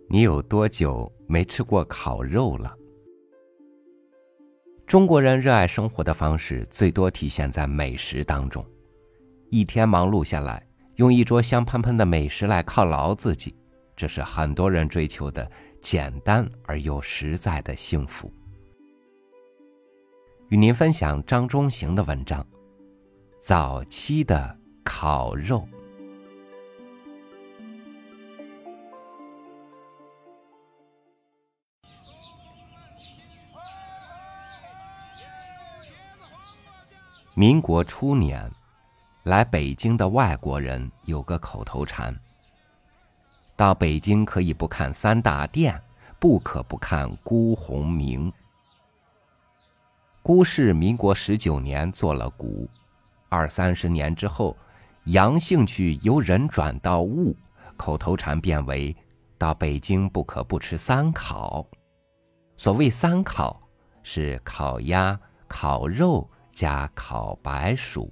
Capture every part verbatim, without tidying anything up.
你有多久没吃过烤肉了？中国人热爱生活的方式最多体现在美食当中。一天忙碌下来，用一桌香喷喷的美食来犒劳自己，这是很多人追求的简单而又实在的幸福。与您分享张中行的文章《早期的烤肉》。民国初年，来北京的外国人有个口头禅：到北京可以不看三大殿，不可不看辜鸿铭。辜氏民国十九年做了股，二三十年之后，洋兴趣由人转到物，口头禅变为到北京不可不吃三烤。所谓三烤，是烤鸭、烤肉加烤白薯。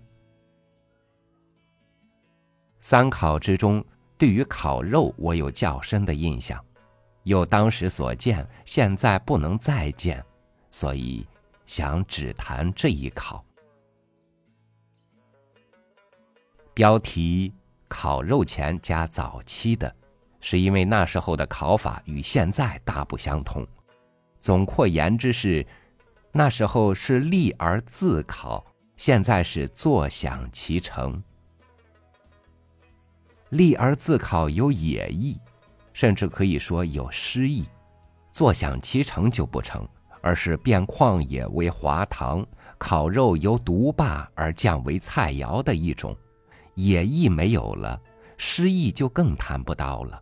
三烤之中，对于烤肉我有较深的印象，有当时所见，现在不能再见，所以想只谈这一烤。标题烤肉前加早期的，是因为那时候的烤法与现在大不相同。总括言之是，那时候是立而自烤，现在是坐享其成。立而自烤有野意，甚至可以说有诗意；坐享其成就不成，而是变旷野为华堂，烤肉由独霸而降为菜肴的一种。野意没有了，诗意就更谈不到了。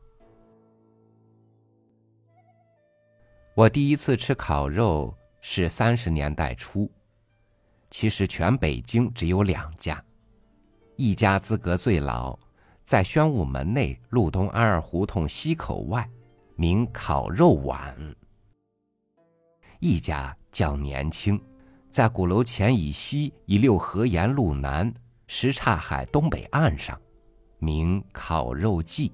我第一次吃烤肉是三十年代初，其实全北京只有两家，一家资格最老，在宣武门内路东安二胡同西口外，名烤肉碗；一家较年轻，在鼓楼前以西一溜河沿路南什刹海东北岸上，名烤肉记。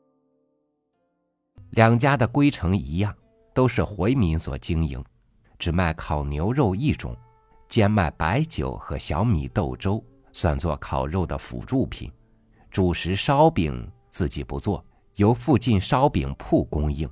两家的规程一样，都是回民所经营，只卖烤牛肉一种，兼卖白酒和小米豆粥，算作烤肉的辅助品。主食烧饼自己不做，由附近烧饼铺供应。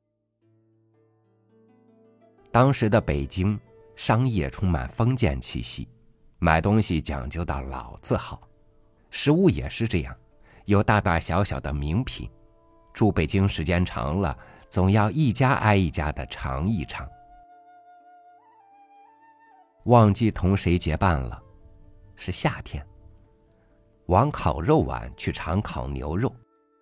当时的北京商业充满封建气息，买东西讲究到老字号，食物也是这样，有大大小小的名品。住北京时间长了，总要一家挨一家的尝一尝。忘记同谁结伴了，是夏天，往烤肉碗去尝烤牛肉。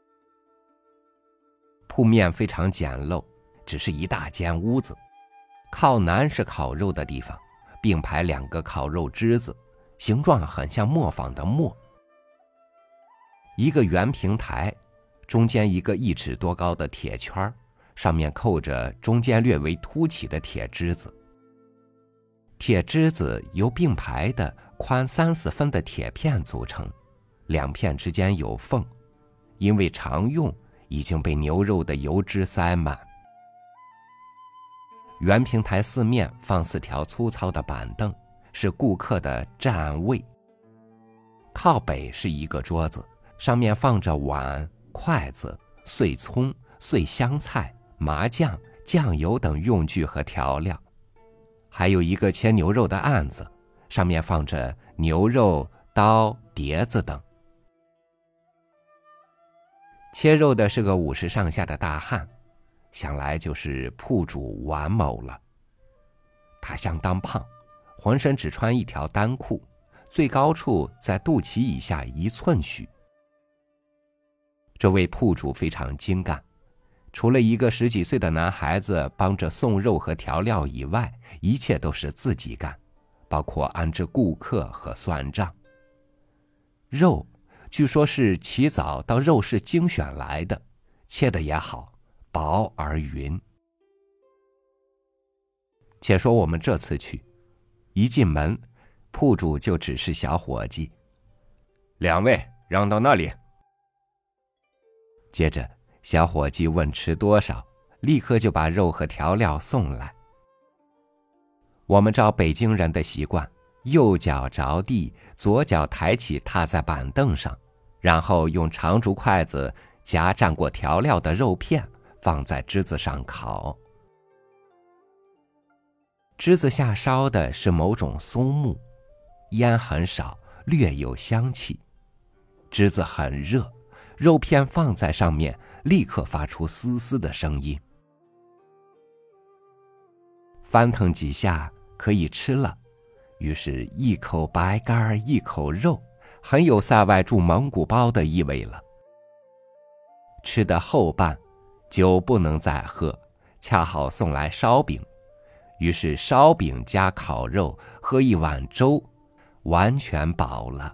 铺面非常简陋，只是一大间屋子，靠南是烤肉的地方，并排两个烤肉枝子，形状很像磨坊的磨。一个圆平台，中间一个一尺多高的铁圈，上面扣着中间略为凸起的铁枝子。铁枝子由并排的宽三四分的铁片组成，两片之间有缝，因为常用，已经被牛肉的油脂塞满。圆平台四面放四条粗糙的板凳，是顾客的站位。靠北是一个桌子，上面放着碗、筷子、碎葱、碎香菜、麻酱、酱油等用具和调料，还有一个切牛肉的案子，上面放着牛肉、刀、碟子等。切肉的是个五十上下的大汉，想来就是铺主王某了。他相当胖，浑身只穿一条单裤，最高处在肚脐以下一寸许。这位铺主非常精干，除了一个十几岁的男孩子帮着送肉和调料以外，一切都是自己干，包括安置顾客和算账。肉据说是起早到肉市精选来的，切的也好，薄而匀。且说我们这次去，一进门，铺主就指示小伙计：两位让到那里。接着小伙计问吃多少， 立刻就把肉和调料送来。我们照北京人的习惯，右脚着地，左脚抬起踏在板凳上，然后用长竹筷子夹蘸过调料的肉片放在枝子上烤。枝子下烧的是某种松木，烟很少，略有香气。枝子很热，肉片放在上面立刻发出嘶嘶的声音。翻腾几下可以吃了，于是一口白干一口肉，很有塞外住蒙古包的意味了。吃的后半，酒不能再喝，恰好送来烧饼，于是烧饼加烤肉，喝一碗粥，完全饱了。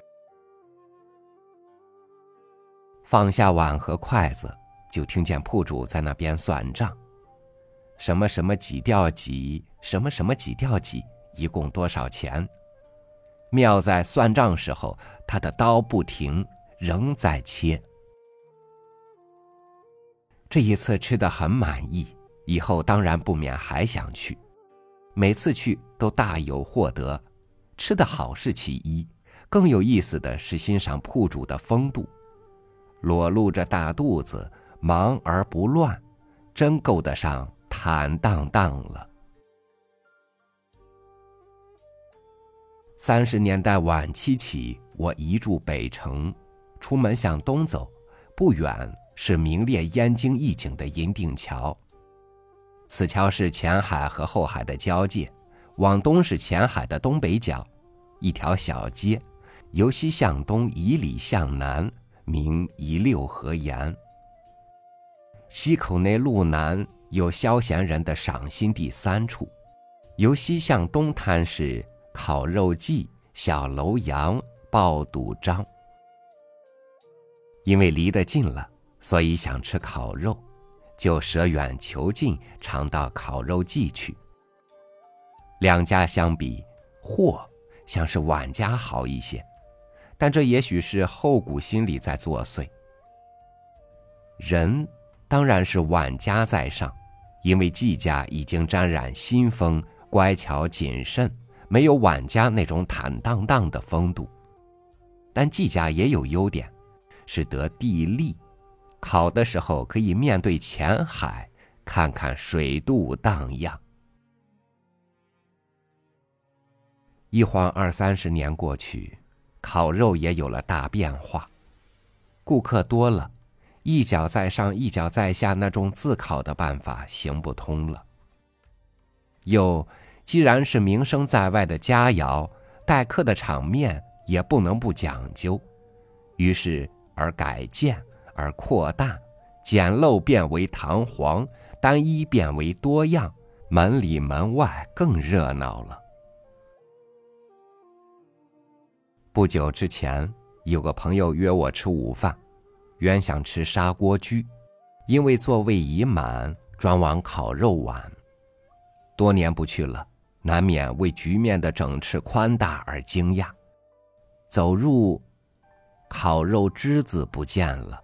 放下碗和筷子，就听见铺主在那边算账，什么什么几吊几，什么什么几吊几，一共多少钱？妙在算账时候，他的刀不停，仍在切。这一次吃得很满意，以后当然不免还想去。每次去都大有获得，吃得好是其一，更有意思的是欣赏铺主的风度，裸露着大肚子，忙而不乱，真够得上坦荡荡了。三十年代晚期起，我移住北城，出门向东走，不远是名列燕京一景的银锭桥。此桥是前海和后海的交界，往东是前海的东北角，一条小街，由西向东，以里向南，名一六合沿。西口内路南有消闲人的赏心地三处，由西向东滩是烤肉季、小楼阳、爆肚张。因为离得近了，所以想吃烤肉，就舍远求近，常到烤肉季去。两家相比，货像是晚家好一些，但这也许是后古心理在作祟。人当然是晚家在上，因为季家已经沾染新风，乖巧谨慎，没有晚家那种坦荡荡的风度。但季家也有优点，是得地利，烤的时候可以面对前海，看看水肚荡漾。一晃二三十年过去，烤肉也有了大变化，顾客多了，一脚在上一脚在下那种自烤的办法行不通了。又既然是名声在外的佳肴，待客的场面也不能不讲究，于是而改建，而扩大，简陋变为堂皇，单一变为多样，门里门外更热闹了。不久之前，有个朋友约我吃午饭，原想吃砂锅居，因为座位已满，专往烤肉碗。多年不去了，难免为局面的整饬宽大而惊讶。走入，烤肉枝子不见了。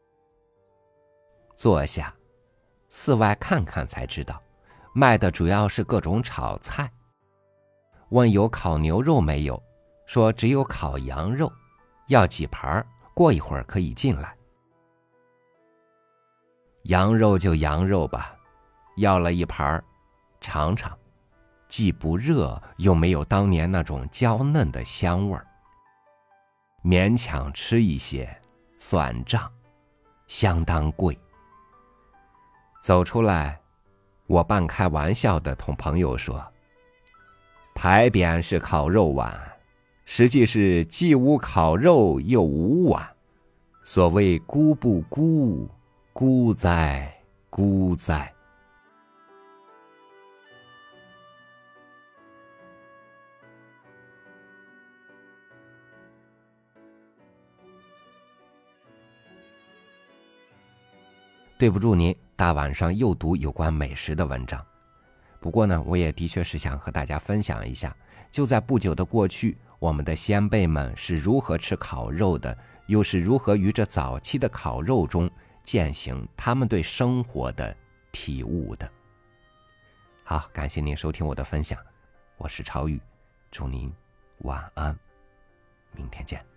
坐下，四外看看才知道，卖的主要是各种炒菜。问有烤牛肉没有，说只有烤羊肉，要几盘，过一会儿可以进来。羊肉就羊肉吧，要了一盘，尝尝，既不热，又没有当年那种娇嫩的香味儿。勉强吃一些，算账，相当贵。走出来，我半开玩笑地同朋友说，牌匾是烤肉碗，实际是既无烤肉又无碗。所谓孤不孤，孤哉孤哉。对不住您，大晚上又读有关美食的文章。不过呢，我也的确是想和大家分享一下，就在不久的过去，我们的先辈们是如何吃烤肉的，又是如何于这早期的烤肉中践行他们对生活的体悟的。好，感谢您收听我的分享，我是超宇，祝您晚安，明天见。